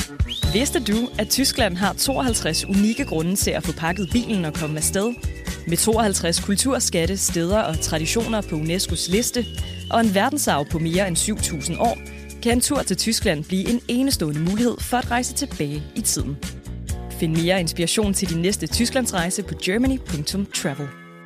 Vidste du, at Tyskland har 52 unikke grunde til at få pakket bilen og komme afsted? Med 52 kulturskatte, steder og traditioner på UNESCO's liste, og en verdensarv på mere end 7.000 år, kan en tur til Tyskland blive en enestående mulighed for at rejse tilbage i tiden. Find mere inspiration til din næste Tysklandsrejse på germany.travel.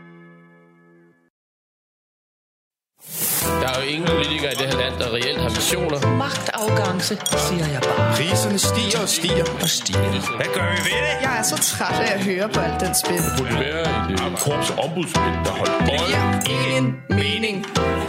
Der er jo ingen politikere i det her land, der reelt har missioner. Magtafgangse, siger jeg bare. Priserne stiger og stiger og stiger. Hvad gør vi ved det? Jeg er så træt af at høre på alt den spil. Det burde være et korps ombudsmænd, der holder bolden. Det giver ingen mening.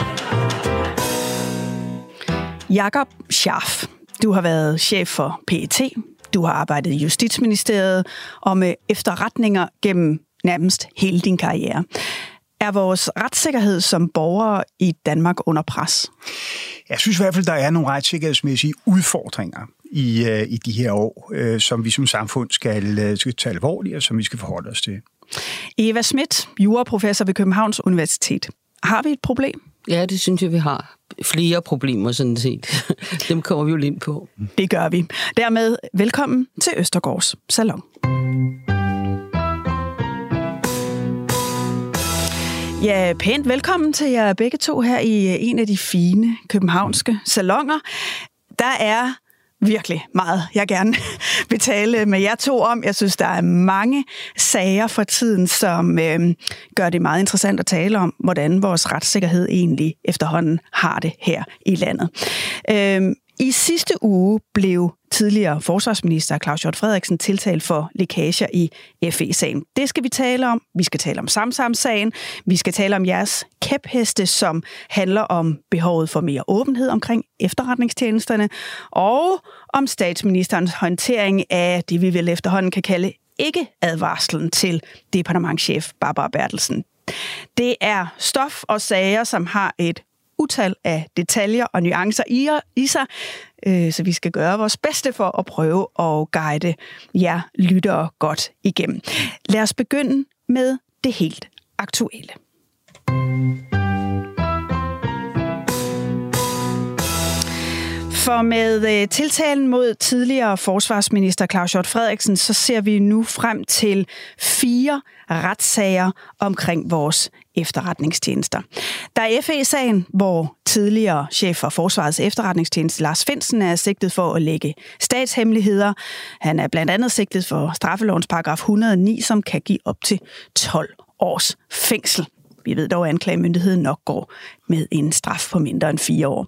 Jakob Scharf, du har været chef for PET. Du har arbejdet i Justitsministeriet og med efterretninger gennem nærmest hele din karriere. Er vores retssikkerhed som borgere i Danmark under pres? Jeg synes i hvert fald, der er nogle retssikkerhedsmæssige udfordringer i de her år, som vi som samfund skal tage alvorligt, og som vi skal forholde os til. Eva Schmidt, juraprofessor ved Københavns Universitet. Har vi et problem? Ja, det synes jeg, vi har. Flere problemer, sådan set. Dem kommer vi jo ind på. Det gør vi. Dermed velkommen til Østergaards Salon. Ja, pænt velkommen til jer begge to her i en af de fine københavnske salonger. Der er virkelig meget, jeg gerne vil tale med jer to om. Jeg synes, der er mange sager for tiden, som gør det meget interessant at tale om, hvordan vores retssikkerhed egentlig efterhånden har det her i landet. I sidste uge blev tidligere forsvarsminister Claus Hjort Frederiksen tiltalt for lækager i FE-sagen. Det skal vi tale om. Vi skal tale om Samsam-sagen. Vi skal tale om jeres kæpheste, som handler om behovet for mere åbenhed omkring efterretningstjenesterne, og om statsministerens håndtering af det, vi vel efterhånden kan kalde ikke-advarslen til departementschef Barbara Bertelsen. Det er stof og sager, som har et utal af detaljer og nuancer i sig, så vi skal gøre vores bedste for at prøve at guide jer lyttere godt igennem. Lad os begynde med det helt aktuelle. For med tiltalen mod tidligere forsvarsminister Claus Hjort Frederiksen, så ser vi nu frem til 4 retssager omkring vores efterretningstjenester. Der er FE-sagen, hvor tidligere chef for Forsvarets efterretningstjeneste Lars Findsen er sigtet for at lægge statshemmeligheder. Han er blandt andet sigtet for straffelovens paragraf 109, som kan give op til 12 års fængsel. Vi ved dog, at anklagemyndigheden nok går med en straf på mindre end 4 år.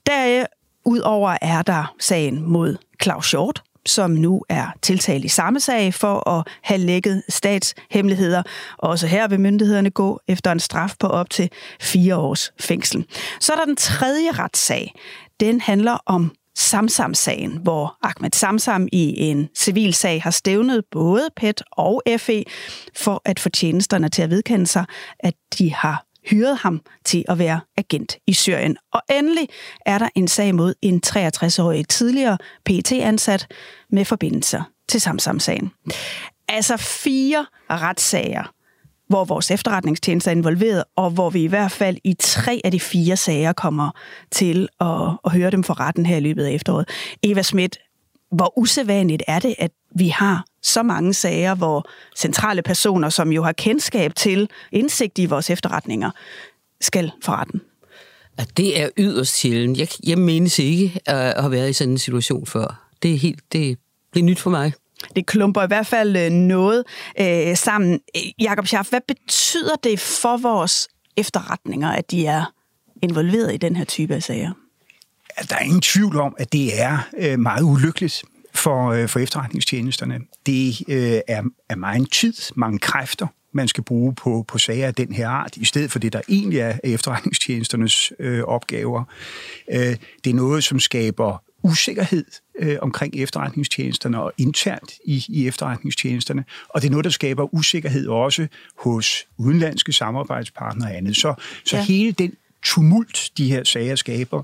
Udover er der sagen mod Claus Hjort, som nu er tiltalt i samme sag for at have lækket statshemmeligheder. Også her vil myndighederne gå efter en straf på op til 4 års fængsel. Så er der den tredje retssag. Den handler om Samsam-sagen, hvor Ahmed Samsam i en civil sag har stævnet både PET og FE for at få tjenesterne til at vedkende sig, at de har hyret ham til at være agent i Syrien. Og endelig er der en sag mod en 63-årig tidligere PET-ansat med forbindelser til Samsam-sagen. Altså 4 retssager, hvor vores efterretningstjenester er involveret, og hvor vi i hvert fald i 3 af de 4 sager kommer til at høre dem for retten her i løbet af efteråret. Eva Schmidt, hvor usædvanligt er det, at vi har så mange sager, hvor centrale personer, som jo har kendskab til indsigt i vores efterretninger, skal for retten? Det er yderst sjældent. Jeg menes ikke at have været i sådan en situation før. Det er nyt for mig. Det klumper i hvert fald noget sammen. Jakob Scharf, hvad betyder det for vores efterretninger, at de er involveret i den her type af sager? Der er ingen tvivl om, at det er meget ulykkeligt for efterretningstjenesterne. Det er meget tid, mange kræfter, man skal bruge på sager af den her art, i stedet for det, der egentlig er efterretningstjenesternes opgaver. Det er noget, som skaber usikkerhed omkring efterretningstjenesterne og internt i efterretningstjenesterne, og det er noget, der skaber usikkerhed også hos udenlandske samarbejdspartnere og andet. Så hele den tumult, de her sager skaber,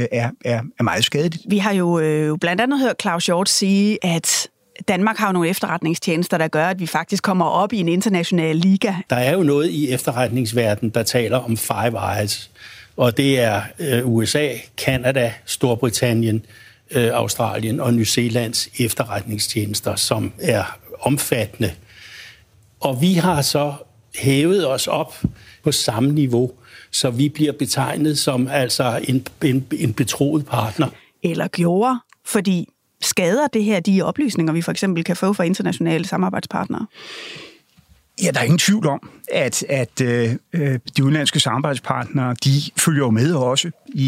er meget skadeligt. Vi har jo blandt andet hørt Claus Hjort sige, at Danmark har jo nogle efterretningstjenester, der gør, at vi faktisk kommer op i en international liga. Der er jo noget i efterretningsverdenen, der taler om Five Eyes, og det er USA, Canada, Storbritannien, Australien og New Zealands efterretningstjenester, som er omfattende. Og vi har så hævet os op på samme niveau, så vi bliver betegnet som altså en betroet partner. Eller gjorde, fordi skader det her de oplysninger, vi for eksempel kan få fra internationale samarbejdspartnere? Ja, der er ingen tvivl om, at de udenlandske samarbejdspartnere, de følger jo med også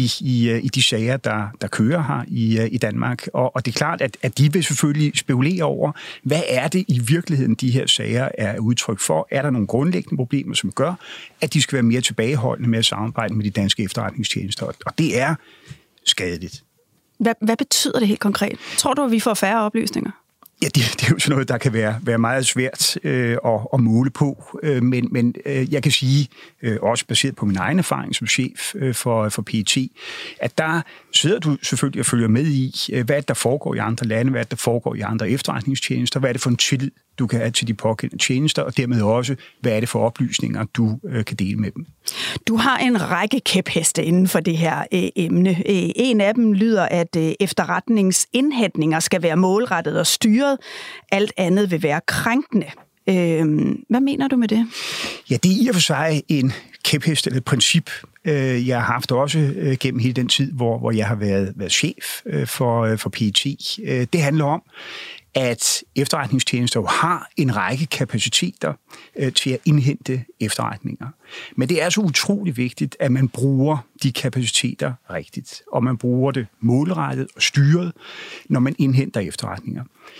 i de sager, der kører her i Danmark. Og det er klart, at de vil selvfølgelig spekulere over, hvad er det i virkeligheden, de her sager er udtryk for? Er der nogle grundlæggende problemer, som gør, at de skal være mere tilbageholdende med at samarbejde med de danske efterretningstjenester? Og det er skadeligt. Hvad betyder det helt konkret? Tror du, at vi får færre oplysninger? Ja, det er jo sådan noget, der kan være meget svært at måle på, men jeg kan sige, også baseret på min egen erfaring som chef for PET, at der sidder du selvfølgelig og følger med i, hvad der foregår i andre lande, hvad der foregår i andre efterretningstjenester, hvad er det for en tillid, du kan have til de pågældende tjenester, og dermed også, hvad er det for oplysninger, du kan dele med dem. Du har en række kæpheste inden for det her emne. En af dem lyder, at efterretningsindhentninger skal være målrettet og styret. Alt andet vil være krænkende. Hvad mener du med det? Ja, det er i og for sig en kæphest eller et princip, jeg har haft også gennem hele den tid, hvor jeg har været chef for PET. Det handler om, at efterretningstjenester jo har en række kapaciteter til at indhente efterretninger. Men det er så utrolig vigtigt, at man bruger de kapaciteter rigtigt, og man bruger det målrettet og styret, når man indhenter efterretninger.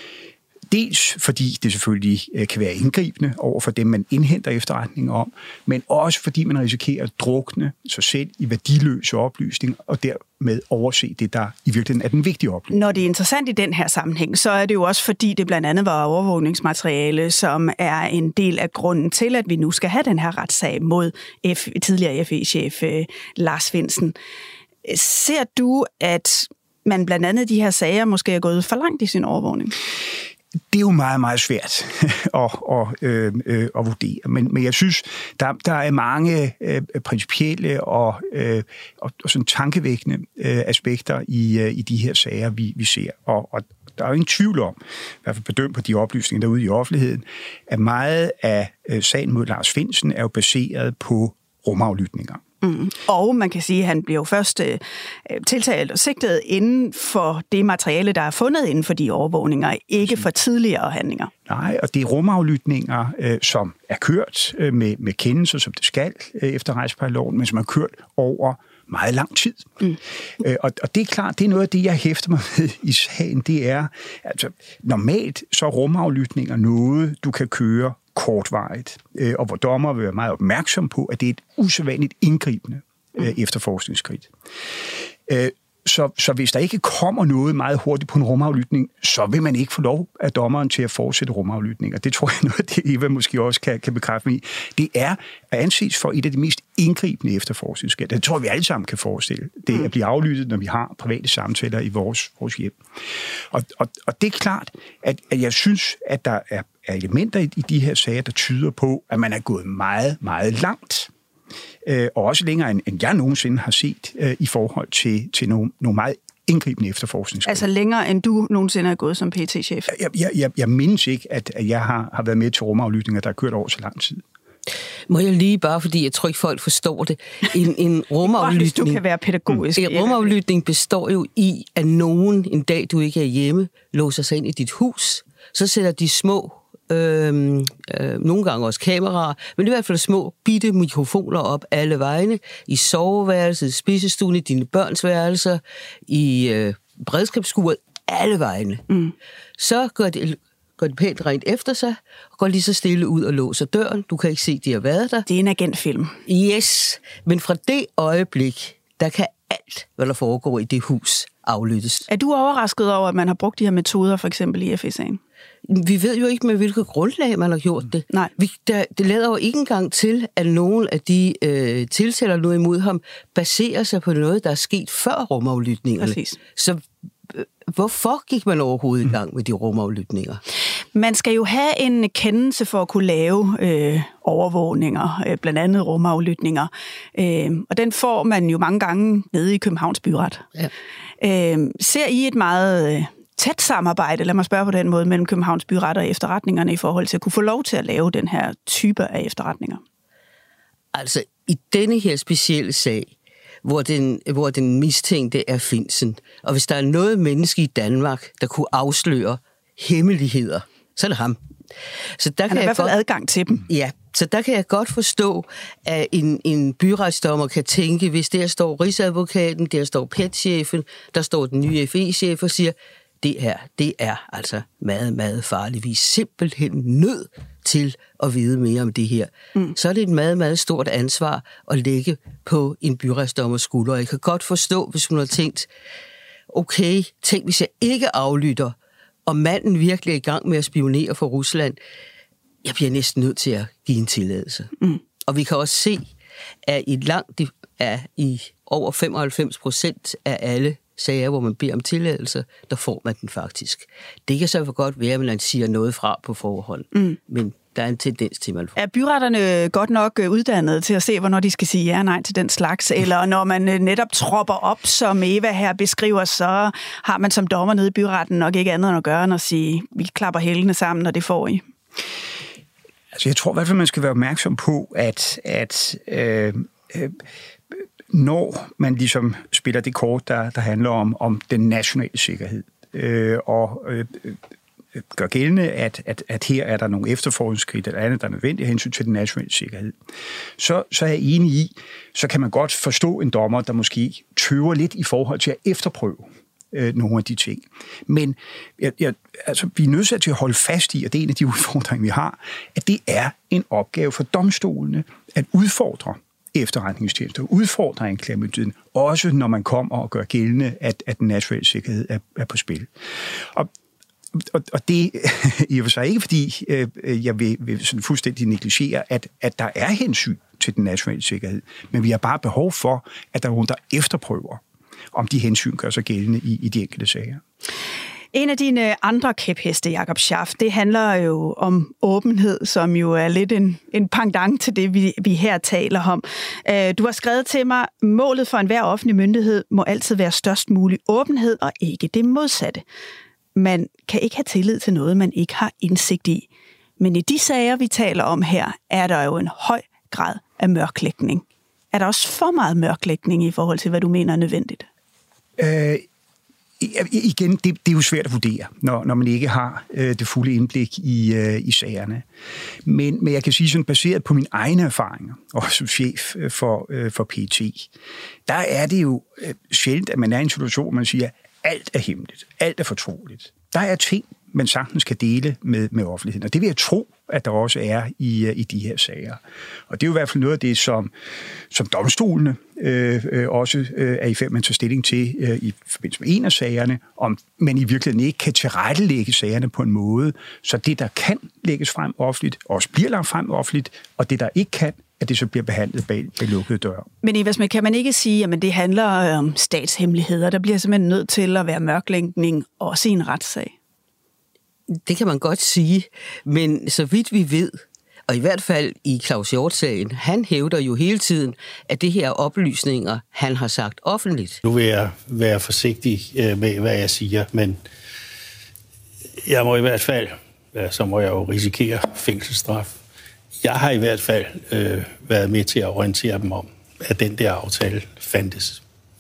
Dels fordi det selvfølgelig kan være indgribende over for dem, man indhenter efterretninger om, men også fordi man risikerer at drukne sig selv i værdiløse oplysninger, og dermed overse det, der i virkeligheden er den vigtige oplysning. Når det er interessant i den her sammenhæng, så er det jo også fordi, det blandt andet var overvågningsmateriale, som er en del af grunden til, at vi nu skal have den her retssag mod tidligere FE-chef Lars Findsen. Ser du, at man blandt andet de her sager måske er gået for langt i sin overvågning? Det er jo meget, meget svært at vurdere, men jeg synes, der er mange principielle og sådan tankevækkende aspekter i de her sager, vi ser. Og der er jo ingen tvivl om, i hvert fald bedømt på de oplysninger derude i offentligheden, at meget af sagen mod Lars Findsen er jo baseret på rumaflytninger. Mm. Og man kan sige, at han bliver jo først tiltalt og sigtet inden for det materiale, der er fundet inden for de overvågninger, ikke for tidligere handlinger. Nej, og det er rumaflytninger, som er kørt med kendelser, som det skal efter retsplejeloven, men som er kørt over meget lang tid. Mm. Og det er klart, det er noget af det, jeg hæfter mig med i sagen, det er, altså normalt så er rumaflytninger noget, du kan køre kortvarigt, og hvor dommer vil være meget opmærksom på, at det er et usædvanligt indgribende efterforskningsskridt. Så hvis der ikke kommer noget meget hurtigt på en rumaflytning, så vil man ikke få lov af dommeren til at fortsætte rumaflytninger. Det tror jeg noget af det, Eva måske også kan bekræfte mig i. Det er at anses for et af de mest indgribende efterforskningsskridt. Det tror jeg, vi alle sammen kan forestille. Det er at blive aflyttet, når vi har private samtaler i vores hjem. Og det er klart, at jeg synes, at der er elementer i de her sager, der tyder på, at man er gået meget, meget langt. Og også længere, end jeg nogensinde har set i forhold til nogle meget indgribende efterforskningsskridt. Altså længere, end du nogensinde er gået som PET-chef? Jeg mindes ikke, at jeg har været med til rumaflytninger, der har kørt over så lang tid. Må jeg lige, bare fordi jeg tror ikke folk forstår det, en rumaflytning, du kan være pædagogisk. En rumaflytning består jo i, at nogen en dag, du ikke er hjemme, låser sig ind i dit hus, så sætter de små nogle gange også kameraer, men i hvert fald små bitte mikrofoner op alle vegne, i soveværelset, i spisestuen, i dine børns værelser, i beredskabsskuret, alle vegne. Mm. Så går det pænt rent efter sig, og går lige så stille ud og låser døren. Du kan ikke se, de har været der. Det er en agentfilm. Yes, men fra det øjeblik, der kan alt, hvad der foregår i det hus, aflyttes. Er du overrasket over, at man har brugt de her metoder, for eksempel i FE-sagen? Vi ved jo ikke, med hvilket grundlag man har gjort det. Nej. Det lader jo ikke engang til, at nogen af de tiltaler noget imod ham baserer sig på noget, der er sket før rumaflytningerne. Præcis. Så hvorfor gik man overhovedet i gang med de rumaflytninger? Man skal jo have en kendelse for at kunne lave overvågninger, blandt andet rumaflytninger. Og den får man jo mange gange nede i Københavns Byret. Ja. Ser I et meget tæt samarbejde, lad mig spørge på den måde, mellem Københavns Byret og efterretningerne i forhold til at kunne få lov til at lave den her type af efterretninger? Altså, i denne her specielle sag, hvor den mistænkte er Findsen, og hvis der er noget menneske i Danmark, der kunne afsløre hemmeligheder, så er det ham. Så der kan i hvert fald adgang til dem. Ja, så der kan jeg godt forstå, at en byretsdommer kan tænke, hvis der står Rigsadvokaten, der står PET-chefen, der står den nye FE-chef og siger, det er altså meget, meget farligt. Vi er simpelthen nødt til at vide mere om det her. Så er det et meget, meget stort ansvar at lægge på en byretsdommers skulder. Jeg kan godt forstå, hvis hun har tænkt, okay, tænk hvis jeg ikke aflytter, og manden virkelig er i gang med at spionere for Rusland, jeg bliver næsten nødt til at give en tilladelse. Og vi kan også se, at i over 95% af alle sager, hvor man beder om tilladelse, der får man den faktisk. Det kan så godt være, at man siger noget fra på forhånd, men der er en tendens til, man får. Er byretterne godt nok uddannet til at se, hvornår de skal sige ja og nej til den slags? Eller når man netop tropper op, som Eva her beskriver, så har man som dommer nede i byretten nok ikke andet end at gøre, end at sige, vi klapper hælene sammen, og det får I? Altså, jeg tror i hvert fald, man skal være opmærksom på, at når man ligesom spiller det kort, der handler om den nationale sikkerhed, gør gældende, at her er der nogle efterforskningsskridt eller andet, der er nødvendigt af hensyn til den nationale sikkerhed, så er jeg enig i, så kan man godt forstå en dommer, der måske tøver lidt i forhold til at efterprøve nogle af de ting. Men altså, vi er nødt til at holde fast i, og det er en af de udfordringer, vi har, at det er en opgave for domstolene at udfordre efterretningstjenester, udfordre anklagemyndigheden, også når man kommer og gør gældende, at den nationale sikkerhed er på spil. Og det i og for sig ikke, fordi jeg vil sådan fuldstændig negligere, at der er hensyn til den nationale sikkerhed, men vi har bare behov for, at der er nogen, der efterprøver, om de hensyn gør sig gældende i de enkelte sager. En af dine andre kæpheste, Jakob Scharf, det handler jo om åbenhed, som jo er lidt en pendant til det, vi her taler om. Du har skrevet til mig, målet for enhver offentlig myndighed må altid være størst mulig åbenhed, og ikke det modsatte. Man kan ikke have tillid til noget, man ikke har indsigt i. Men i de sager, vi taler om her, er der jo en høj grad af mørklægning. Er der også for meget mørklægning i forhold til, hvad du mener er nødvendigt? Igen, det er jo svært at vurdere, når man ikke har det fulde indblik i sagerne. Men jeg kan sige sådan, baseret på mine egne erfaringer, og som chef for PET, der er det jo sjældent, at man er i en situation, hvor man siger, alt er hemmeligt, alt er fortroligt. Der er ting, man sagtens kan dele med offentligheden, og det vil jeg tro, at der også er i de her sager. Og det er jo i hvert fald noget af det, som domstolene også er i færd med at tage stilling til i forbindelse med en af sagerne, om man i virkeligheden ikke kan tilrettelægge sagerne på en måde, så det, der kan lægges frem offentligt, også bliver lagt frem offentligt, og det, der ikke kan, at det så bliver behandlet bag lukkede døre. Men Eva Smith, kan man ikke sige, at det handler om statshemmeligheder? Der bliver simpelthen nødt til at være mørklægning også i en retssag. Det kan man godt sige, men så vidt vi ved, og i hvert fald i Claus Hjort-sagen, han hævder jo hele tiden, at det her oplysninger, han har sagt offentligt. Nu vil jeg være forsigtig med, hvad jeg siger, men jeg må i hvert fald, så må jeg jo risikere fængselsstraf. Jeg har i hvert fald været med til at orientere dem om, at den der aftale fandtes.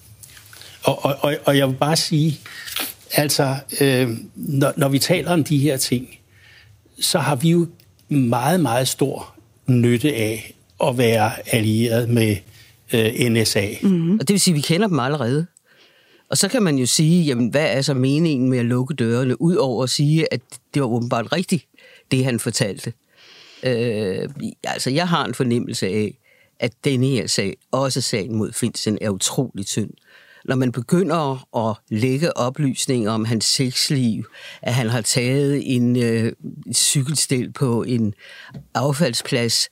Og jeg vil bare sige, altså, når vi taler om de her ting, så har vi jo meget, meget stor nytte af at være allieret med NSA. Og det vil sige, at vi kender dem allerede. Og så kan man jo sige, jamen, hvad er så meningen med at lukke dørene, ud over at sige, at det var åbenbart rigtigt, det han fortalte. Altså, jeg har en fornemmelse af, at denne her sag, også sagen mod Findsen, er utrolig tynd. Når man begynder at lægge oplysninger om hans sexliv, at han har taget en cykelstel på en affaldsplads,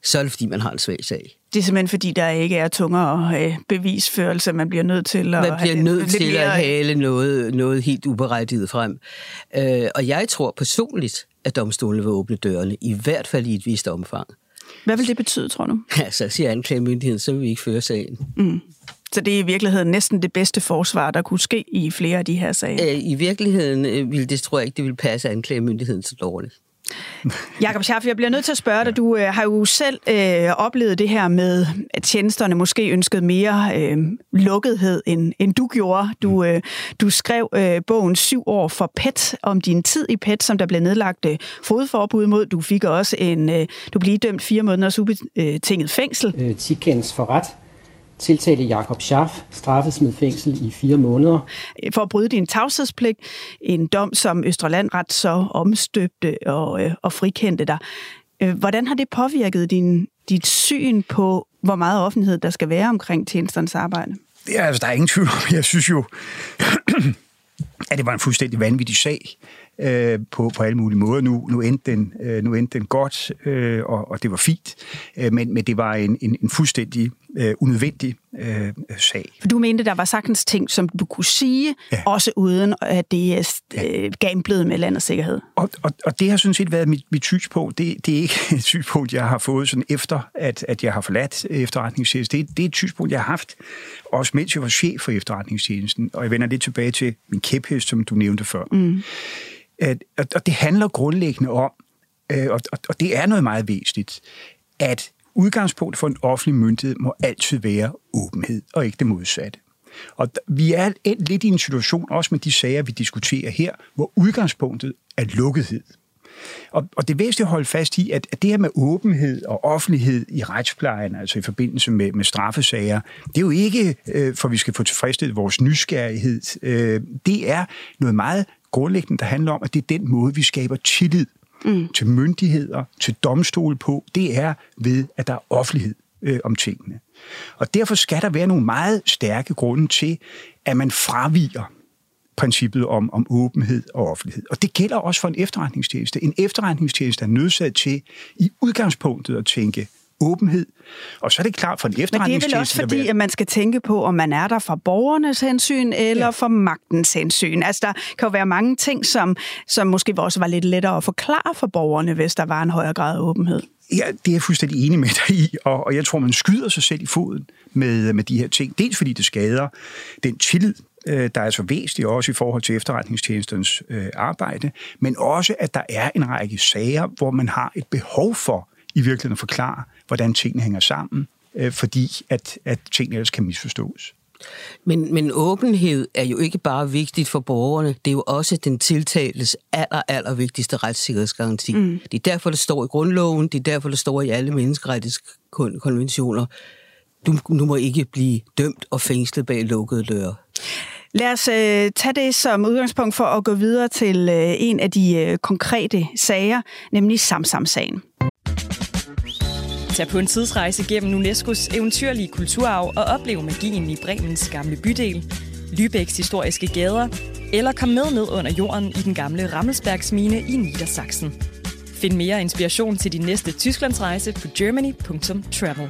så er det, fordi man har en svag sag. Det er simpelthen, fordi der ikke er tungere bevisførelse, man bliver nødt til at... Man bliver nødt til at hale noget helt uberettiget frem. Og jeg tror personligt, at domstolene vil åbne dørene, i hvert fald i et vist omfang. Hvad vil det betyde, tror du? Ja, så siger anklagemyndigheden, så vil vi ikke føre sagen. Så det er i virkeligheden næsten det bedste forsvar, der kunne ske i flere af de her sager? I virkeligheden tror jeg ikke, det vil passe anklagemyndigheden så dårligt. Jakob Scharf, jeg bliver nødt til at spørge dig. Du har jo selv oplevet det her med, at tjenesterne måske ønskede mere lukkethed, end du gjorde. Du skrev bogen 7 år for PET, om din tid i PET, som der blev nedlagt fodforbud mod. Du fik også du blev dømt 4 måneders ubetinget fængsel. 10 kendes for ret. Tiltalte Jakob Scharf straffes med fængsel i 4 måneder. For at bryde din tavshedspligt. En dom, som Østre Landsret så omstøbte og frikendte dig. Hvordan har det påvirket dit syn på, hvor meget offentlighed der skal være omkring tjenesternes arbejde? Der er ingen tvivl om. Jeg synes jo, at det var en fuldstændig vanvittig sag på alle mulige måder. Nu endte den godt, og det var fint, men det var en fuldstændig unødvendig sag. For du mente, der var sagtens ting, som du kunne sige, også uden at det gamblede med landets sikkerhed. Og det har sådan set været mit synspunkt. Det er ikke et synspunkt, jeg har fået sådan efter, at jeg har forladt efterretningstjenesten. Det er et synspunkt, jeg har haft, også mens jeg var chef for efterretningstjenesten. Og jeg vender lidt tilbage til min kæphest, som du nævnte før. Og det handler grundlæggende om, og det er noget meget væsentligt, at udgangspunktet for en offentlig myndighed må altid være åbenhed, og ikke det modsatte. Og vi er lidt i en situation, også med de sager, vi diskuterer her, hvor udgangspunktet er lukkethed. Og det er væsentligt at holde fast i, at det her med åbenhed og offentlighed i retsplejen, altså i forbindelse med straffesager, det er jo ikke, for vi skal få tilfredsstillet vores nysgerrighed. Det er noget meget grundlæggende, der handler om, at det er den måde, vi skaber tillid til myndigheder, til domstole på. Det er ved, at der er offentlighed om tingene. Og derfor skal der være nogle meget stærke grunde til, at man fraviger princippet om åbenhed og offentlighed. Og det gælder også for en efterretningstjeneste. En efterretningstjeneste er nødsat til i udgangspunktet at tænke åbenhed. Og så er det klart for en efterretningstjeneste... Men det er vel også fordi, at man skal tænke på, om man er der for borgernes hensyn eller for magtens hensyn. Altså, der kan jo være mange ting, som måske også var lidt lettere at forklare for borgerne, hvis der var en højere grad af åbenhed. Ja, det er jeg fuldstændig enig med dig i, og jeg tror, man skyder sig selv i foden med de her ting. Dels fordi det skader den tillid, der er så væsentlig også i forhold til efterretningstjenesternes arbejde, men også, at der er en række sager, hvor man har et behov for i virkeligheden at forklare, hvordan tingene hænger sammen, fordi at tingene ellers kan misforstås. Men åbenhed er jo ikke bare vigtigt for borgerne, det er jo også den tiltaltes aller vigtigste retssikkerhedsgaranti. Det er derfor, det står i grundloven, det er derfor, det står i alle menneskerettighedskonventioner. Du må ikke blive dømt og fængslet bag lukkede døre. Lad os tage det som udgangspunkt for at gå videre til en af de konkrete sager, nemlig Samsam-sagen. Tag på en tidsrejse gennem UNESCOs eventyrlige kulturarv og oplev magien i Bremens gamle bydel, Lübecks historiske gader, eller kom med ned under jorden i den gamle Rammelsbergsmine i Niedersachsen. Find mere inspiration til din næste Tysklandsrejse på germany.travel.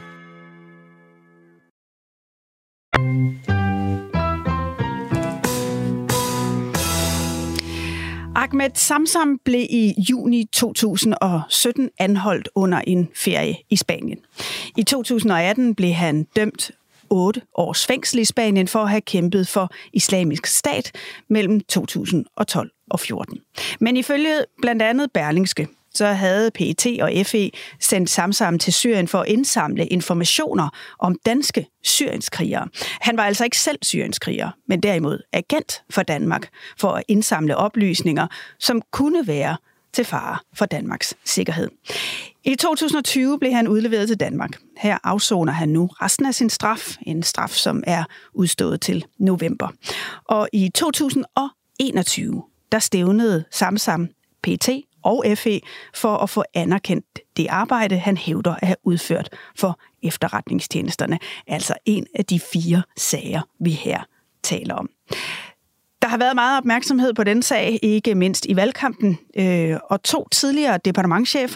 Ahmed Samsam blev i juni 2017 anholdt under en ferie i Spanien. I 2018 blev han dømt 8 års fængsel i Spanien for at have kæmpet for Islamisk Stat mellem 2012 og 14. Men ifølge blandt andet Berlingske, så havde PET og FE sendt Samsam til Syrien for at indsamle informationer om danske syrienskrigere. Han var altså ikke selv syrienskriger, men derimod agent for Danmark for at indsamle oplysninger, som kunne være til fare for Danmarks sikkerhed. I 2020 blev han udleveret til Danmark. Her afsoner han nu resten af sin straf, en straf, som er udstået til november. Og i 2021, der stævnede Samsam PET og FE for at få anerkendt det arbejde, han hævder at have udført for efterretningstjenesterne. Altså en af de 4 sager, vi her taler om. Der har været meget opmærksomhed på den sag, ikke mindst i valgkampen, og 2 tidligere departementschefer,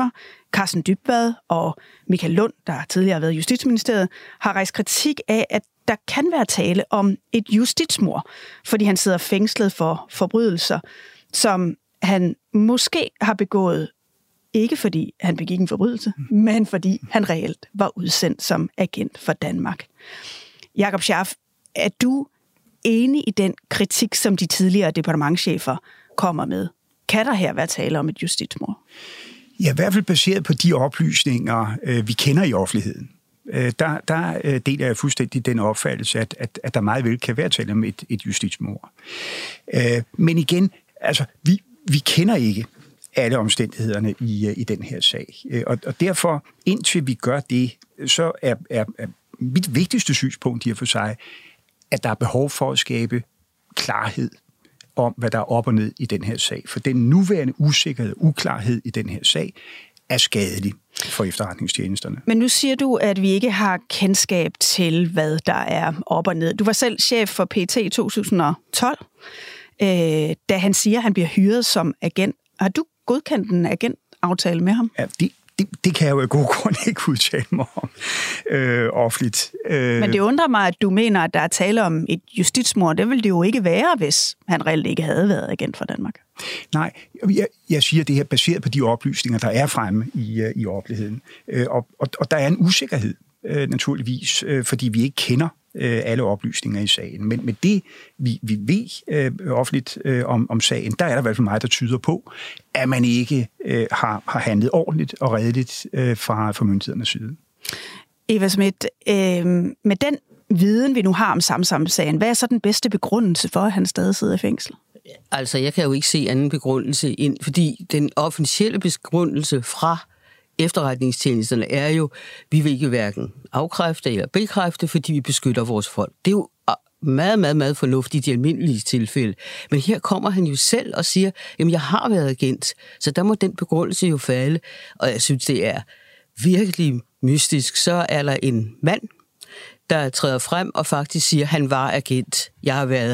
Carsten Dybvad og Michael Lund, der tidligere har været i Justitsministeriet, har rejst kritik af, at der kan være tale om et justitsmord, fordi han sidder fængslet for forbrydelser, som han måske har begået, ikke fordi han begik en forbrydelse, men fordi han reelt var udsendt som agent for Danmark. Jakob Scharf, er du enig i den kritik, som de tidligere departementschefer kommer med? Kan der her være tale om et justitsmord? Ja, i hvert fald baseret på de oplysninger, vi kender i offentligheden. Der deler jeg fuldstændig den opfattelse, at der meget vel kan være tale om et justitsmord. Men igen, altså, vi kender ikke alle omstændighederne i den her sag. Og derfor, indtil vi gør det, så er mit vigtigste synspunkt i at for sig, at der er behov for at skabe klarhed om, hvad der er op og ned i den her sag. For den nuværende usikkerhed og uklarhed i den her sag er skadelig for efterretningstjenesterne. Men nu siger du, at vi ikke har kendskab til, hvad der er op og ned. Du var selv chef for PET i 2012, da han siger, at han bliver hyret som agent. Har du godkendt en agentaftale med ham? Ja, det kan jeg jo af god grund ikke udtale mig om offentligt. Men det undrer mig, at du mener, at der er tale om et justitsmord. Det ville det jo ikke være, hvis han reelt ikke havde været agent for Danmark. Nej, jeg siger det her baseret på de oplysninger, der er fremme i offentligheden. Og der er en usikkerhed, naturligvis, fordi vi ikke kender alle oplysninger i sagen. Men med det, vi ved offentligt om sagen, der er der i hvert fald meget, der tyder på, at man ikke har handlet ordentligt og redeligt fra myndighedernes side. Eva Smith, med den viden, vi nu har om Samsam-sagen, hvad er så den bedste begrundelse for, at han stadig sidder i fængsel? Altså, jeg kan jo ikke se anden begrundelse ind, fordi den officielle begrundelse fra efterretningstjenesterne er jo, vi vil ikke hverken afkræfte eller bekræfte, fordi vi beskytter vores folk. Det er jo meget, meget, meget fornuftigt i de almindelige tilfælde. Men her kommer han jo selv og siger, jamen jeg har været agent, så der må den begrundelse jo falde. Og jeg synes, det er virkelig mystisk. Så er der en mand, der træder frem og faktisk siger, han var agent. Jeg har været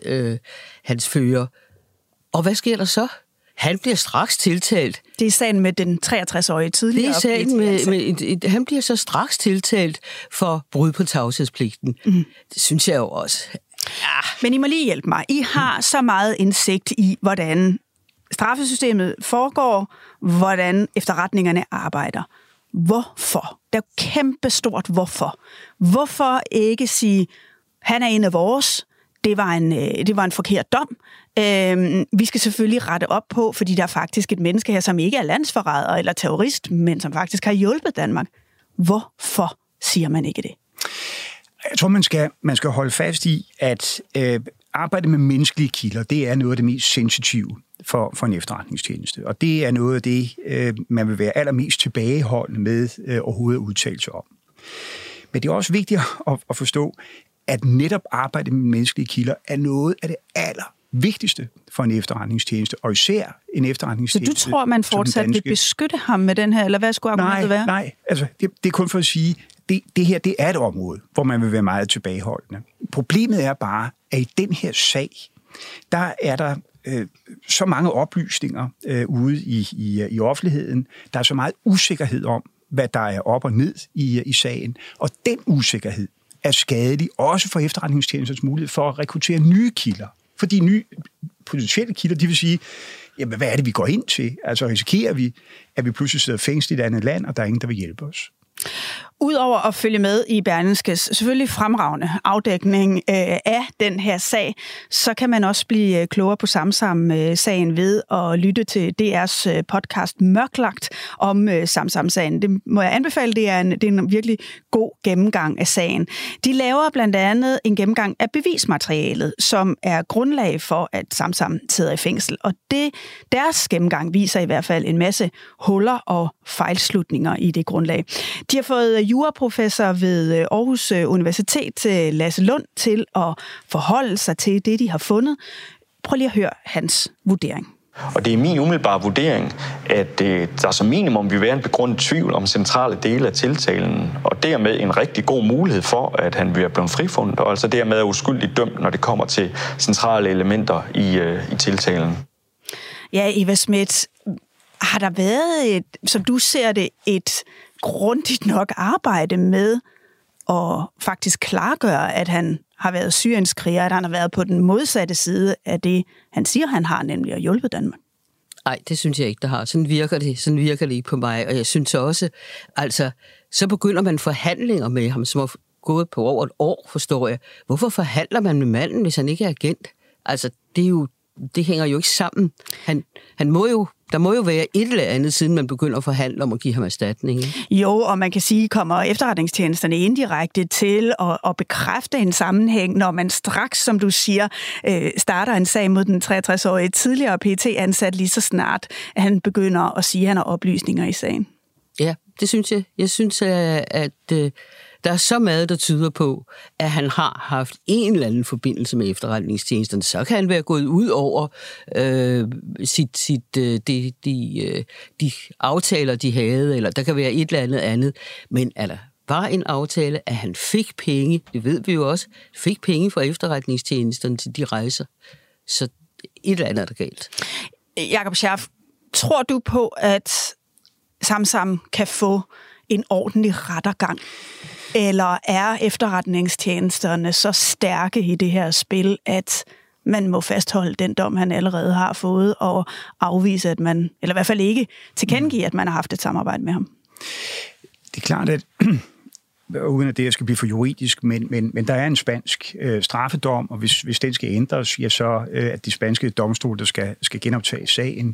hans fører. Og hvad sker der så? Han bliver straks tiltalt. Det er sagen med den 63-årige tidligere. Det er sagen han bliver så straks tiltalt for brud på tavshedspligten. Det synes jeg jo også. Men I må lige hjælpe mig. I har så meget indsigt i, hvordan straffesystemet foregår, hvordan efterretningerne arbejder. Hvorfor? Det er jo kæmpestort hvorfor. Hvorfor ikke sige, han er en af vores, det var en forkert dom. Vi skal selvfølgelig rette op på, fordi der er faktisk et menneske her, som ikke er landsforræder eller terrorist, men som faktisk har hjulpet Danmark. Hvorfor siger man ikke det? Jeg tror, man skal holde fast i, at arbejde med menneskelige kilder, det er noget af det mest sensitive for en efterretningstjeneste. Og det er noget af det, man vil være allermest tilbageholdende med overhovedet at udtale sig om. Men det er også vigtigt at forstå, at netop arbejde med menneskelige kilder er noget af det allervigtigste for en efterretningstjeneste, og især en efterretningstjeneste. Så du tror, man fortsat vil beskytte ham med den her, eller hvad skulle argumentet være? Nej, altså det er kun for at sige, det her det er et område, hvor man vil være meget tilbageholdende. Problemet er bare, at i den her sag, der er der så mange oplysninger ude i offentligheden. Der er så meget usikkerhed om, hvad der er op og ned i sagen, og den usikkerhed er skadelig også for efterretningstjenestens mulighed for at rekruttere nye kilder. Fordi nye potentielle kilder, de vil sige, jamen, hvad er det, vi går ind til? Altså risikerer vi, at vi pludselig sidder fængslet i et andet land, og der er ingen, der vil hjælpe os. Udover at følge med i Berlingskes selvfølgelig fremragende afdækning af den her sag, så kan man også blive klogere på Samsam-sagen ved at lytte til DR's podcast Mørklagt om Samsam-sagen. Det må jeg anbefale, det er en virkelig god gennemgang af sagen. De laver blandt andet en gennemgang af bevismaterialet, som er grundlag for, at Samsam sidder i fængsel. Og deres gennemgang viser i hvert fald en masse huller og fejlslutninger i det grundlag. De har fået juraprofessor ved Aarhus Universitet, Lasse Lund, til at forholde sig til det, de har fundet. Prøv lige at høre hans vurdering. Og det er min umiddelbare vurdering, at der som minimum vil være en begrundet tvivl om centrale dele af tiltalen, og dermed en rigtig god mulighed for, at han vil blive frifundet, og altså dermed er uskyldigt dømt, når det kommer til centrale elementer i tiltalen. Ja, Eva Smith, Har der været, som du ser det, et grundigt nok arbejde med at faktisk klargøre, at han har været syrienskriger, at han har været på den modsatte side af det, han siger, han har, nemlig at hjælpe Danmark? Nej, det synes jeg ikke, der har. Sådan virker det ikke på mig. Og jeg synes også, altså, så begynder man forhandlinger med ham, som har gået på over et år, forstår jeg. Hvorfor forhandler man med manden, hvis han ikke er agent? Altså, det hænger jo ikke sammen. Der må jo være et eller andet, siden man begynder at forhandle om at give ham erstatning. Jo, og man kan sige, kommer efterretningstjenesterne indirekte til at bekræfte en sammenhæng, når man straks, som du siger, starter en sag mod den 63-årige tidligere PET-ansat, lige så snart at han begynder at sige, at han har oplysninger i sagen. Ja, det synes jeg. Jeg synes, at der er så meget, der tyder på, at han har haft en eller anden forbindelse med efterretningstjenesterne. Så kan han være gået ud over de aftaler, de havde, eller der kan være et eller andet. Men er der bare en aftale, at han fik penge, det ved vi jo også, fik penge fra efterretningstjenesterne til de rejser. Så et eller andet er der galt. Jakob Scharf, tror du på, at Samsam kan få en ordentlig rettergang? Eller er efterretningstjenesterne så stærke i det her spil, at man må fastholde den dom, han allerede har fået, og afvise, at man, eller i hvert fald ikke tilkendegive, at man har haft et samarbejde med ham? Det er klart, at uden at det skal blive for juridisk, men der er en spansk straffedom, og hvis den skal ændres, ja, så at de spanske domstole, der skal genoptage sagen.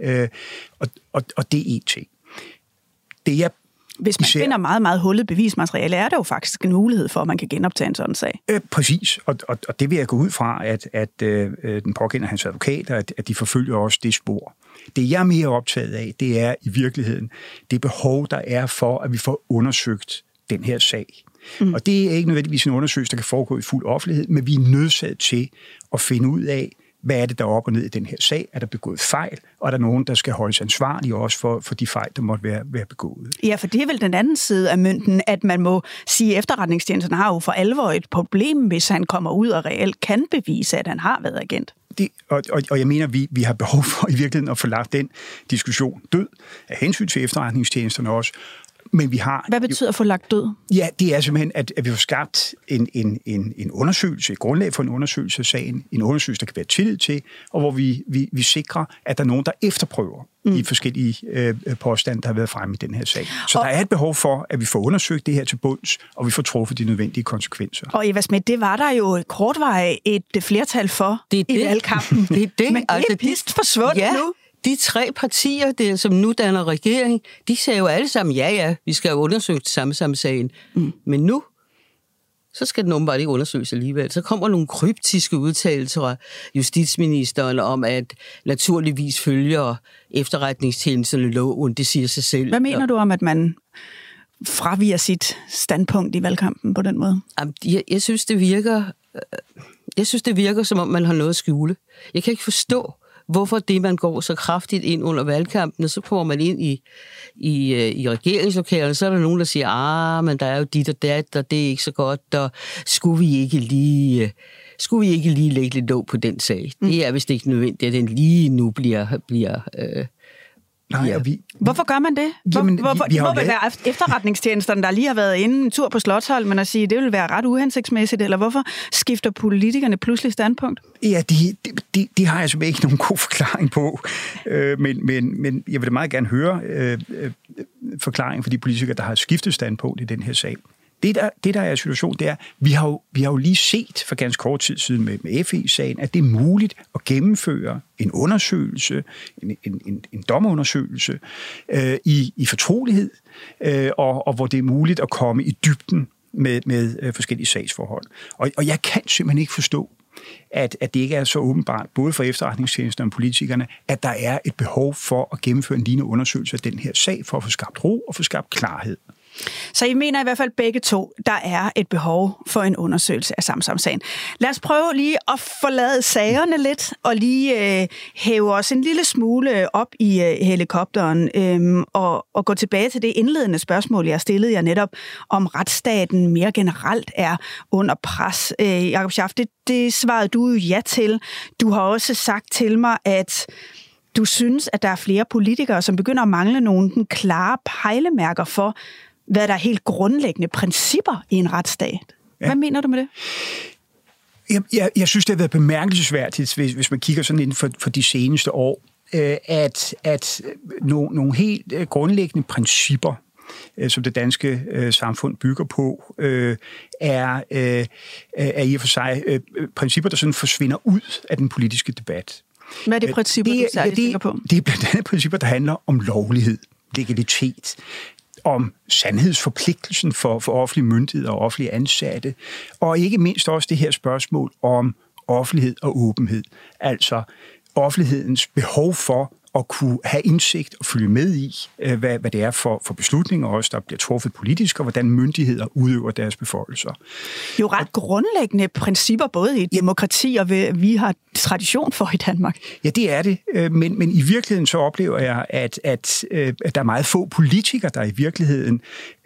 Og det er én ting. Det er Hvis man finder meget, meget hullet bevismateriale, er der jo faktisk en mulighed for, at man kan genoptage en sådan sag. Præcis, og det vil jeg gå ud fra, at den pågældende hans advokater, at de forfølger også det spor. Det jeg er mere optaget af, det er i virkeligheden det behov, der er for, at vi får undersøgt den her sag. Og det er ikke nødvendigvis en undersøgelse, der kan foregå i fuld offentlighed, men vi er nødsaget til at finde ud af, hvad er det, der er op og ned i den her sag? Er der begået fejl? Og er der nogen, der skal holdes ansvarlige også for de fejl, der måtte være begået? Ja, for det er vel den anden side af mønten, at man må sige, at efterretningstjenesten har jo for alvor et problem, hvis han kommer ud og reelt kan bevise, at han har været agent. Og jeg mener, vi har behov for i virkeligheden at få lagt den diskussion død af hensyn til efterretningstjenesterne også. Men vi har... Hvad betyder at få lagt død? Ja, det er simpelthen, at vi får skabt en undersøgelse, et grundlag for en undersøgelse af sagen, en undersøgelse, der kan være tillid til, og hvor vi sikrer, at der er nogen, der efterprøver de forskellige påstande, der har været fremme i den her sag. Så der er et behov for, at vi får undersøgt det her til bunds, og vi får truffet de nødvendige konsekvenser. Og Eva Smith, det var der jo kortvarigt et flertal for i valgkampen. Det er det. Men det er pist forsvundet nu. De 3 partier, som nu danner regering, de sagde jo alle sammen, ja, vi skal jo undersøge samme sagen. Men nu, så skal den åbenbart ikke undersøges alligevel. Så kommer nogle kryptiske udtalelser fra justitsministeren om, at naturligvis følger efterretningstjenesterne loven. Det siger sig selv. Hvad mener du om, at man fraviger sit standpunkt i valgkampen på den måde? Jeg synes, det virker, som om man har noget at skjule. Jeg kan ikke forstå, hvorfor det, man går så kraftigt ind under valgkampen, og så kommer man ind i regeringslokalerne, så er der nogen, der siger, men der er jo dit og dat, og det er ikke så godt, og skulle vi ikke lige lægge lidt låg på den sag? Det er vist ikke nødvendigt, at den lige nu bliver Hvorfor gør man det? Det må vel være efterretningstjenesterne, der lige har været inde en tur på Slotsholmen og sige, det vil være ret uhensigtsmæssigt, eller hvorfor skifter politikerne pludselig standpunkt? Ja, det har jeg simpelthen ikke nogen god forklaring på, men jeg vil da meget gerne høre forklaringen for de politikere, der har skiftet standpunkt i den her sag. Det, der er situationen, det er, vi har jo lige set for ganske kort tid siden med FE-sagen, at det er muligt at gennemføre en undersøgelse, en dommerundersøgelse i fortrolighed, og hvor det er muligt at komme i dybden med forskellige sagsforhold. Og jeg kan simpelthen ikke forstå, at det ikke er så åbenbart, både for efterretningstjenesterne og politikerne, at der er et behov for at gennemføre en lignende undersøgelse af den her sag, for at få skabt ro og få skabt klarhed. Så I mener i hvert fald begge to, der er et behov for en undersøgelse af Samsam-sagen. Lad os prøve lige at forlade sagerne lidt, og lige hæve os en lille smule op i helikopteren, og gå tilbage til det indledende spørgsmål, jeg stillede jer netop, om retsstaten mere generelt er under pres. Jakob Scharf, det svarede du jo ja til. Du har også sagt til mig, at du synes, at der er flere politikere, som begynder at mangle nogle klare pejlemærker for, hvad der er helt grundlæggende principper i en retsstat. Ja. Hvad mener du med det? Jeg synes, det har været bemærkelsesværdigt, hvis man kigger sådan inden for de seneste år, at nogle helt grundlæggende principper, som det danske samfund bygger på, er i og for sig principper, der sådan forsvinder ud af den politiske debat. Hvad er det principper, du særligt tænker på? Det er blandt andet principper, der handler om lovlighed, legalitet, om sandhedsforpligtelsen for offentlige myndigheder og offentlige ansatte, og ikke mindst også det her spørgsmål om offentlighed og åbenhed. Altså offentlighedens behov for at kunne have indsigt og følge med i, hvad det er for beslutninger også, der bliver truffet politisk, og hvordan myndigheder udøver deres beføjelser. Jo ret grundlæggende principper, både i demokrati og vi har tradition for i Danmark. Ja, det er det, men i virkeligheden så oplever jeg, at der er meget få politikere, der i virkeligheden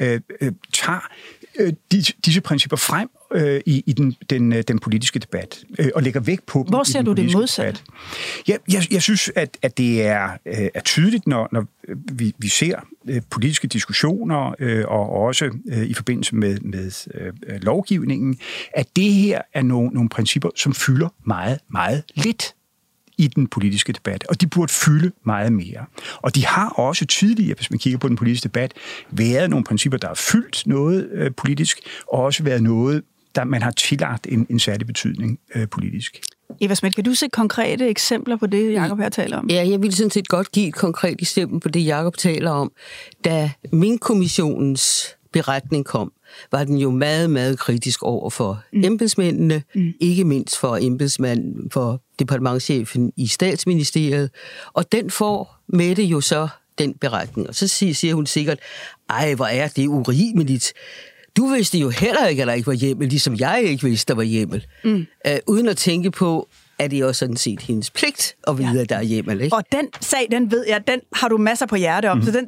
tager disse principper frem i den politiske debat, og lægger vægt på dem. Hvor ser du det modsat? Jeg synes, at det er tydeligt, når vi ser politiske diskussioner, og også i forbindelse med lovgivningen, at det her er nogle principper, som fylder meget, meget lidt i den politiske debat, og de burde fylde meget mere. Og de har også tidligere, hvis man kigger på den politiske debat, været nogle principper, der har fyldt noget politisk, og også været noget, der man har tillagt en særlig betydning politisk. Eva Smith, kan du se konkrete eksempler på det, Jacob her taler om? Ja, jeg vil sådan set godt give et konkret eksempel på det, Jacob taler om. Da Minkkommissionens beretning kom, var den jo meget, meget kritisk over for embedsmændene, ikke mindst for embedsmanden, for departementschefen i Statsministeriet, og den får Mette jo så den beretning, og så siger hun sikkert, hvor er det urimeligt. Du vidste jo heller ikke, at der ikke var hjemmel, ligesom jeg ikke vidste, der var hjemmel. Uden at tænke på, at det også sådan set hendes pligt at vide, at der er hjemmel, ikke? Og den sag, den ved jeg, den har du masser på hjerte om, så den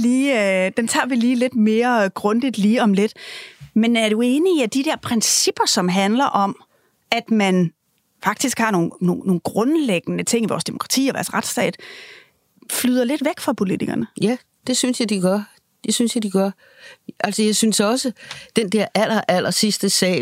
tager vi lige lidt mere grundigt lige om lidt. Men er du enig i, at de der principper, som handler om, at man faktisk har nogle grundlæggende ting i vores demokrati og vores retsstat, flyder lidt væk fra politikerne? Ja, det synes jeg, de gør. Altså, jeg synes også, den der aller sidste sag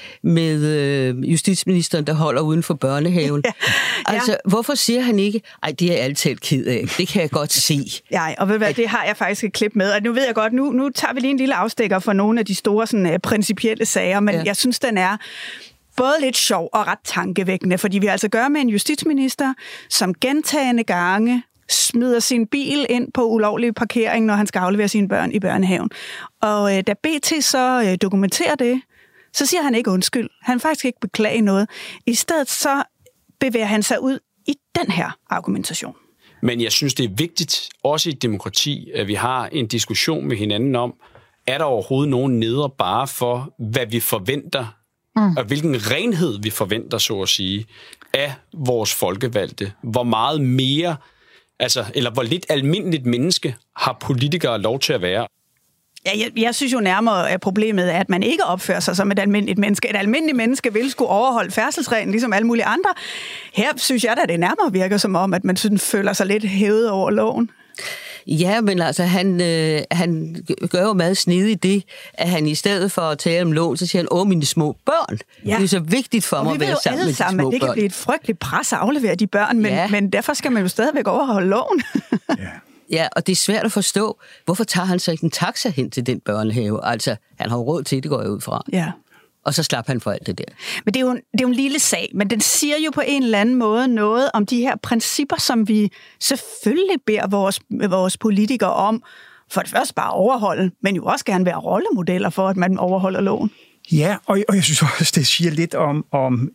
med justitsministeren, der holder uden for børnehaven. Altså, hvorfor siger han ikke, det er jeg altid ked af, det kan jeg godt se. Ja, og ved du hvad, det har jeg faktisk et klip med, og nu ved jeg godt, nu tager vi lige en lille afstikker for nogle af de store sådan, principielle sager, men jeg synes, den er både lidt sjov og ret tankevækkende, fordi vi altså gør med en justitsminister, som gentagne gange smider sin bil ind på ulovlig parkering, når han skal aflevere sine børn i børnehaven. Og da BT så dokumenterer det, så siger han ikke undskyld. Han faktisk ikke beklage noget. I stedet så bevæger han sig ud i den her argumentation. Men jeg synes, det er vigtigt, også i et demokrati, at vi har en diskussion med hinanden om, er der overhovedet nogen nedre bare for, hvad vi forventer, og hvilken renhed vi forventer, så at sige, af vores folkevalgte. Hvor meget mere, eller hvor lidt almindeligt menneske har politikere lov til at være. Ja, jeg synes jo nærmere, at problemet er, at man ikke opfører sig som et almindeligt menneske. Et almindeligt menneske vil skulle overholde færdselsreglen, ligesom alle mulige andre. Her synes jeg, at det nærmere virker som om, at man sådan føler sig lidt hævet over loven. Ja, men altså, han gør jo meget snedigt det, at han i stedet for at tale om loven, så siger han, mine små børn. Ja. Det er så vigtigt for mig at være sammen med de små børn. Det kan blive et frygteligt pres at aflevere de børn, men derfor skal man jo stadigvæk overholde loven. Ja, og det er svært at forstå, hvorfor tager han så ikke en taxa hen til den børnehave? Altså, han har jo råd til det, går jeg ud fra. Ja. Og så slap han for alt det der. Men det er jo en lille sag, men den siger jo på en eller anden måde noget om de her principper, som vi selvfølgelig beder vores politikere om, for det første bare overholde, men jo også gerne være rollemodeller for, at man overholder loven. Ja, og jeg synes også, det siger lidt om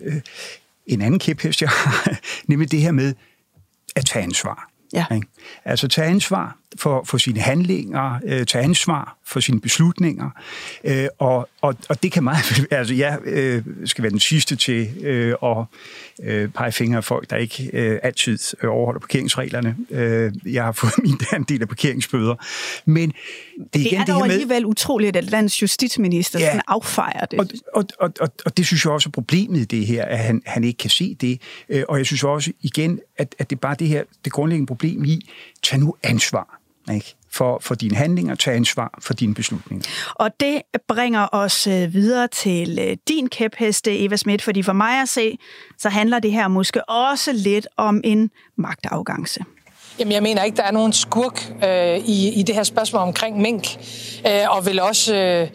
en anden kæphest, jeg har, nemlig det her med at tage ansvar. Ja. Altså tage ansvar for sine handlinger, tage ansvar for sine beslutninger. Og det kan meget... Altså, jeg skal være den sidste til at pege fingre af folk, der ikke altid overholder parkeringsreglerne. Jeg har fået min del af parkeringsbøder. Men det er dog alligevel utroligt, at landets justitsminister sådan affejer det. Og det synes jeg også er problemet i det her, at han ikke kan se det. Og jeg synes også igen, at det er bare det grundlæggende problem i, tag nu ansvar, ikke? For dine handlinger, tag ansvar for dine beslutninger. Og det bringer os videre til din kæpheste, Eva Smith, fordi for mig at se, så handler det her måske også lidt om en magtafgangse. Jamen, jeg mener ikke, der er nogen skurk i det her spørgsmål omkring mink, og vil også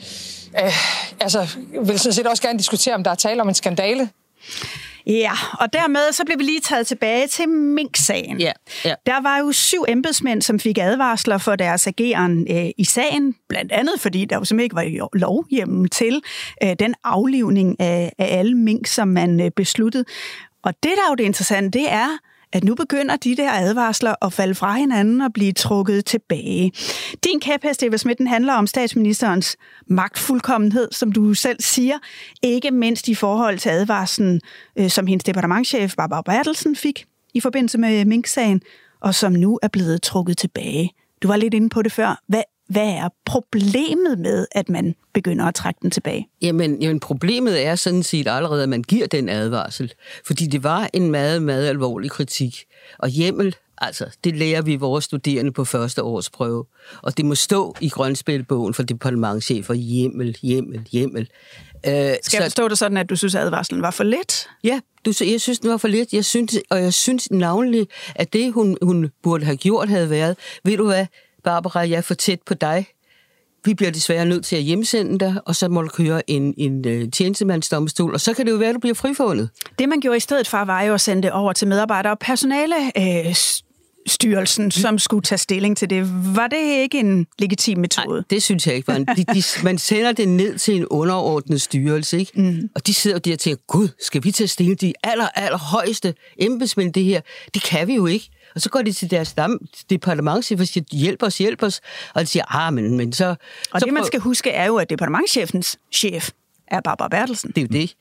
vil sådan set også gerne diskutere, om der er tale om en skandale. Ja, og dermed så blev vi lige taget tilbage til Mink-sagen. Ja. Der var jo 7 embedsmænd, som fik advarsler for deres ageren i sagen, blandt andet fordi der jo simpelthen ikke var lovhjemmel til den aflivning af alle mink, som man besluttede. Og det, der er jo det interessante, det er, at nu begynder de der advarsler at falde fra hinanden og blive trukket tilbage. Din kæphest, Eva Smith, handler om statsministerens magtfuldkommenhed, som du selv siger, ikke mindst i forhold til advarslen, som hendes departementschef Barbara Bertelsen fik i forbindelse med Mink-sagen, og som nu er blevet trukket tilbage. Du var lidt inde på det før. Hvad er problemet med, at man begynder at trække den tilbage? Jamen problemet er sådan set allerede, at man giver den advarsel. Fordi det var en meget, meget alvorlig kritik. Og hjemmel, altså, det lærer vi vores studerende på første års prøve. Og det må stå i grønspættebogen for departementschefer. Hjemmel. Skal jeg forstå det sådan, at du synes, at advarslen var for lidt? Ja, jeg synes, den var for lidt. Jeg synes navnlig, at det, hun burde have gjort, havde været, ved du hvad, Barbara, jeg er for tæt på dig. Vi bliver desværre nødt til at hjemsende dig, og så må du køre en tjenestemandsdomstol, og så kan det jo være, at du bliver frifundet. Det, man gjorde i stedet for, var jo at sende det over til medarbejdere og personalestyrelsen, som skulle tage stilling til det. Var det ikke en legitim metode? Nej, det synes jeg ikke. Man sender det ned til en underordnet styrelse, ikke? Mm. Og de sidder der og tænker, gud, skal vi tage stilling de allerhøjeste embedsmænd det her? Det kan vi jo ikke. Og så går de til deres departementschef og siger, hjælp os. Og de siger, men så... Og så det, man skal huske, er jo, at departementschefens chef er Barbara Bertelsen. Det er jo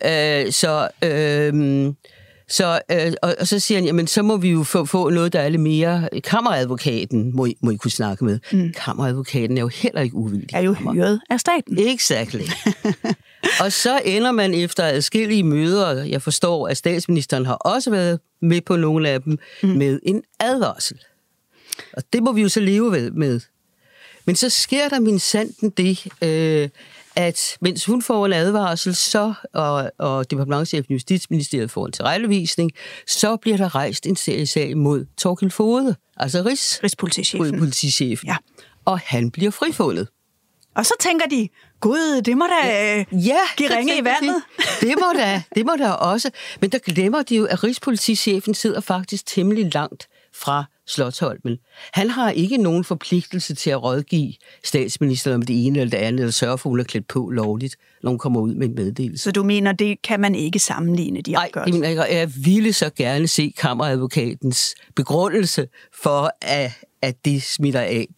det. Og så siger han, jamen så må vi jo få noget, der er lidt mere... Kammeradvokaten må I kunne snakke med. Mm. Kammeradvokaten er jo heller ikke uvildig. Er jo hyret af staten. Exactly. Og så ender man efter adskillige møder, jeg forstår, at statsministeren har også været med på nogle af dem, med en advarsel. Og det må vi jo så leve med. Men så sker der minsandten det, at mens hun får en advarsel, og departementschefen i Justitsministeriet får en tilrettevisning, så bliver der rejst en seriesag mod Thorkild Fogede, altså Rigspolitichefen. Ja. Og han bliver frifundet. Og så tænker de, gud, det må da give ringe i vandet. Det må da også. Men der glemmer de jo, at Rigspolitichefen sidder faktisk temmelig langt fra Slotsholmen. Han har ikke nogen forpligtelse til at rådgive statsministeren om det ene eller det andet, eller sørge for, at hun er klædt på lovligt, når hun kommer ud med en meddelelse. Så du mener, det kan man ikke sammenligne de afgørelser? Nej, jeg ville så gerne se kammeradvokatens begrundelse for, at det smitter af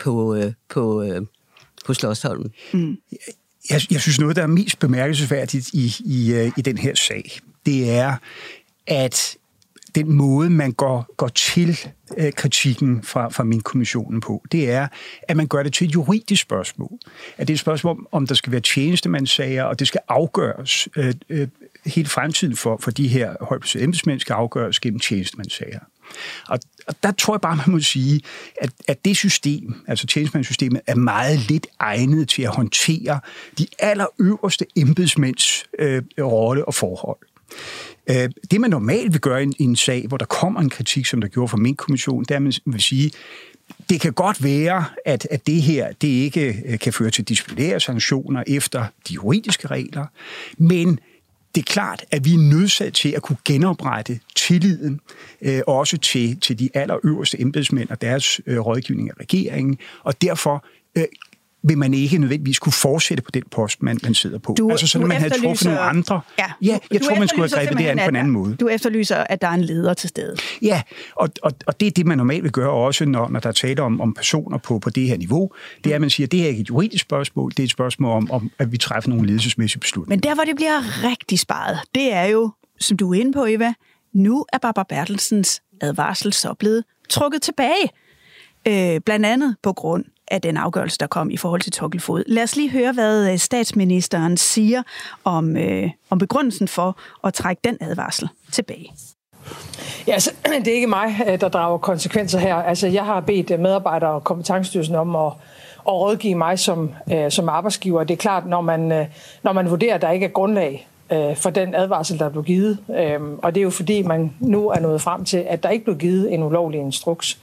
på Slotsholmen. Mm. Jeg synes, noget, der er mest bemærkelsesværdigt i den her sag, det er, at den måde, man går til kritikken fra Mink-kommissionen på, det er, at man gør det til et juridisk spørgsmål. At det er et spørgsmål om der skal være tjenestemandssager, og det skal afgøres hele fremtiden for de her højtplacerede embedsmænd skal afgøres gennem tjenestemandssager. Og der tror jeg bare, man må sige, at det system, altså tjenestemandssystemet, er meget lidt egnet til at håndtere de allerøverste embedsmænds rolle og forhold. Det, man normalt vil gøre i en sag, hvor der kommer en kritik, som der gjorde fra Mink-kommissionen, det er, at man vil sige, det kan godt være, at det her det ikke kan føre til disciplinære sanktioner efter de juridiske regler, men det er klart, at vi er nødsaget til at kunne genoprette tilliden også til de allerøverste embedsmænd og deres rådgivning af regeringen, og derfor vil man ikke nødvendigvis kunne fortsætte på den post, man sidder på. Så man havde truffet nogle andre. Jeg tror, man skulle have grebet det an på en anden måde. Du efterlyser, at der er en leder til stede. Ja, og det er det, man normalt vil gøre også, når der taler om personer på det her niveau. Det er, at man siger, at det er ikke et juridisk spørgsmål, det er et spørgsmål om at vi træffer nogle ledelsesmæssige beslutninger. Men der, hvor det bliver rigtig sparet, det er jo, som du er inde på, Eva, nu er Barbara Bertelsens advarsel så blevet trukket tilbage. Blandt andet på grund af den afgørelse, der kom i forhold til Thorkild Fod. Lad os lige høre, hvad statsministeren siger om begrundelsen for at trække den advarsel tilbage. Ja, altså, det er ikke mig, der drager konsekvenser her. Altså, jeg har bedt medarbejdere og Kompetencestyrelsen om at rådgive mig som arbejdsgiver. Det er klart, når man vurderer, at der ikke er grundlag for den advarsel, der blev givet. Og det er jo fordi, man nu er nået frem til, at der ikke blev givet en ulovlig instruks.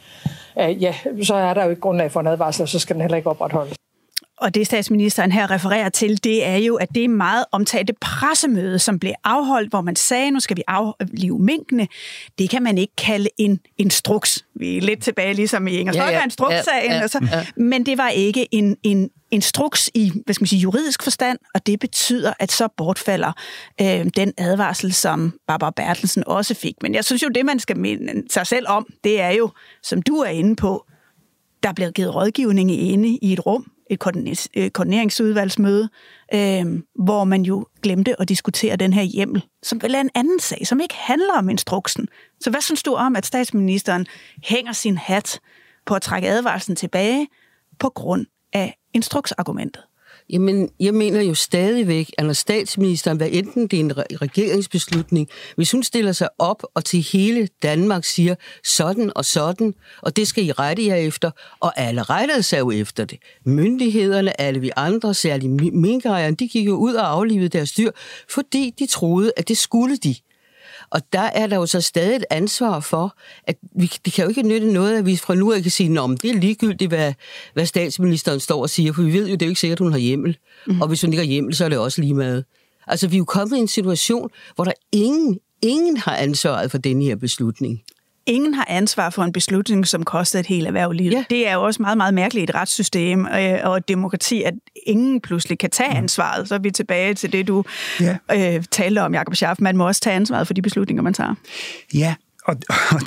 Så er der jo ikke grundlag for en advarsel, og så skal den heller ikke opretholdes. Og det statsministeren her refererer til, det er jo, at det meget omtalte pressemøde, som blev afholdt, hvor man sagde, nu skal vi aflive minkene, det kan man ikke kalde en instruks. Vi er lidt tilbage ligesom i Inger Støjberg-instrukssagen. Men det var ikke en instruks i, juridisk forstand, og det betyder, at så bortfalder den advarsel, som Barbara Bertelsen også fik. Men jeg synes jo, det man skal minde sig selv om, det er jo, som du er inde på, der bliver givet rådgivning inde i et rum, et koordineringsudvalgsmøde, hvor man jo glemte at diskutere den her hjemmel, som vel er en anden sag, som ikke handler om instruksen. Så hvad synes du om, at statsministeren hænger sin hat på at trække advarslen tilbage på grund af instruksargumentet? Jamen, jeg mener jo stadigvæk, at når statsministeren, hvad enten det er en regeringsbeslutning, hvis hun stiller sig op og til hele Danmark siger sådan, og det skal I rette jer efter, og alle rettede sig jo efter det. Myndighederne, alle vi andre, særligt minkejerne, de gik jo ud og aflivede deres dyr, fordi de troede, at det skulle de. Og der er der jo så stadig et ansvar for, at det kan jo ikke nytte noget, at vi fra nu af kan sige, at det er ligegyldigt, hvad statsministeren står og siger, for vi ved jo, det er jo ikke sikkert, at hun har hjemmel. Og hvis hun ikke har hjemmel, så er det også lige meget. Altså, vi er jo kommet i en situation, hvor der ingen har ansvaret for denne her beslutning. Ingen har ansvar for en beslutning, som koster et helt erhvervliv. Ja. Det er jo også meget, meget mærkeligt i et retssystem og et demokrati, at ingen pludselig kan tage ansvaret. Så er vi tilbage til det, du talte om, Jakob Scharf. Man må også tage ansvaret for de beslutninger, man tager. Ja, og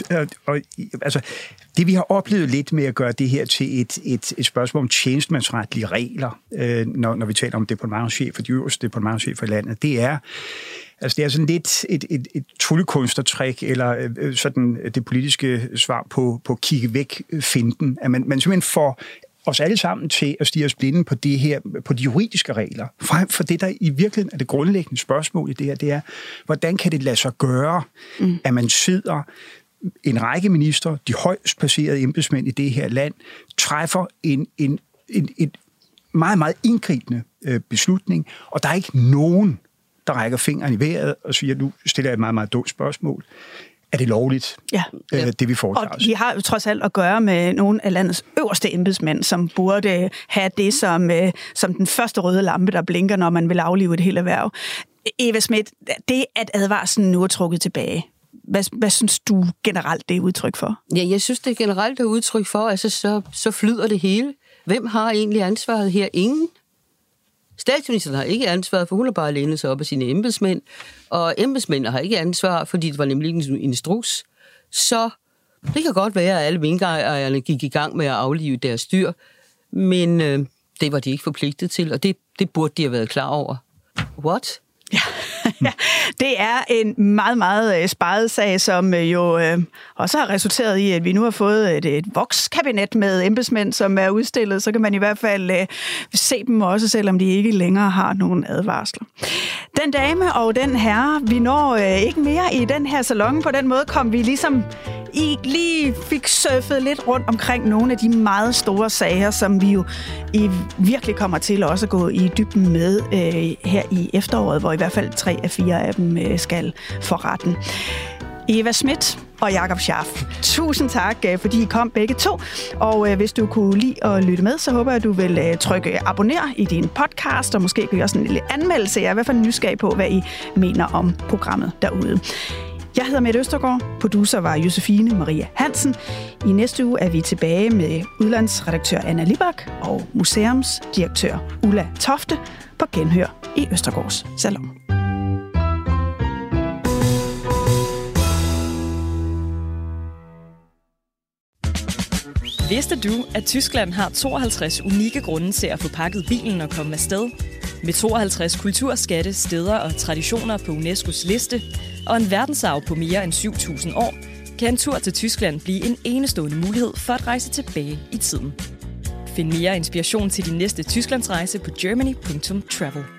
altså, det vi har oplevet lidt med at gøre det her til et spørgsmål om tjenestemandsretlige regler, når vi taler om departementschefer, de øverste departementschefer i landet, det er sådan lidt et tryllekunstertrik, eller sådan det politiske svar på kigge væk-finten, at man simpelthen får os alle sammen til at stirre os blinde på det her, på de juridiske regler. Frem for det, der i virkeligheden er det grundlæggende spørgsmål i det her, det er, hvordan kan det lade sig gøre, at man sidder en række minister, de højst placerede embedsmænd i det her land, træffer en meget, meget indgribende beslutning, og der er ikke nogen, der rækker fingeren i vejret og siger, nu stiller jeg et meget, meget dumt spørgsmål. Er det lovligt, det vi foretager os? Og vi har jo trods alt at gøre med nogle af landets øverste embedsmænd, som burde have det som den første røde lampe, der blinker, når man vil aflive et helt erhverv. Eva Smith, det at advarslen nu er trukket tilbage, hvad synes du generelt det er udtryk for? Ja, jeg synes det generelt er udtryk for, altså så flyder det hele. Hvem har egentlig ansvaret her? Ingen. Statsministeren har ikke ansvar, for hun har bare lænet sig op af sine embedsmænd, og embedsmændene har ikke ansvar, fordi det var nemlig en instruks. Så det kan godt være, at alle minkejerne gik i gang med at aflive deres dyr, men det var de ikke forpligtet til, og det burde de have været klar over. What? Ja, det er en meget, meget sparet sag, som jo også har resulteret i, at vi nu har fået et vokskabinet med embedsmænd, som er udstillet. Så kan man i hvert fald se dem også, selvom de ikke længere har nogen advarsler. Den dame og den herre, vi når ikke mere i den her salon. På den måde kom vi ligesom lige fik surfet lidt rundt omkring nogle af de meget store sager, som vi jo virkelig kommer til også at gå i dybden med her i efteråret, hvor i hvert fald 3 af 4 af dem skal for retten. Eva Smith og Jakob Scharf, tusind tak, fordi I kom begge to. Og hvis du kunne lide at lytte med, så håber jeg, at du vil trykke abonner i din podcast, og måske gøre sådan en lille anmeldelse. Jeg er i hvert fald nysgerrig på, hvad I mener om programmet derude. Jeg hedder Mette Østergaard. Producer var Josefine Maria Hansen. I næste uge er vi tilbage med udlandsredaktør Anna Libak og museumsdirektør Ulla Tofte på genhør i Østergaards Salon. Vidste du, at Tyskland har 52 unikke grunde til at få pakket bilen og komme afsted? Med 52 kulturskatte, steder og traditioner på UNESCO's liste og en verdensarv på mere end 7.000 år, kan en tur til Tyskland blive en enestående mulighed for at rejse tilbage i tiden. Find mere inspiration til din næste Tysklandsrejse på germany.travel.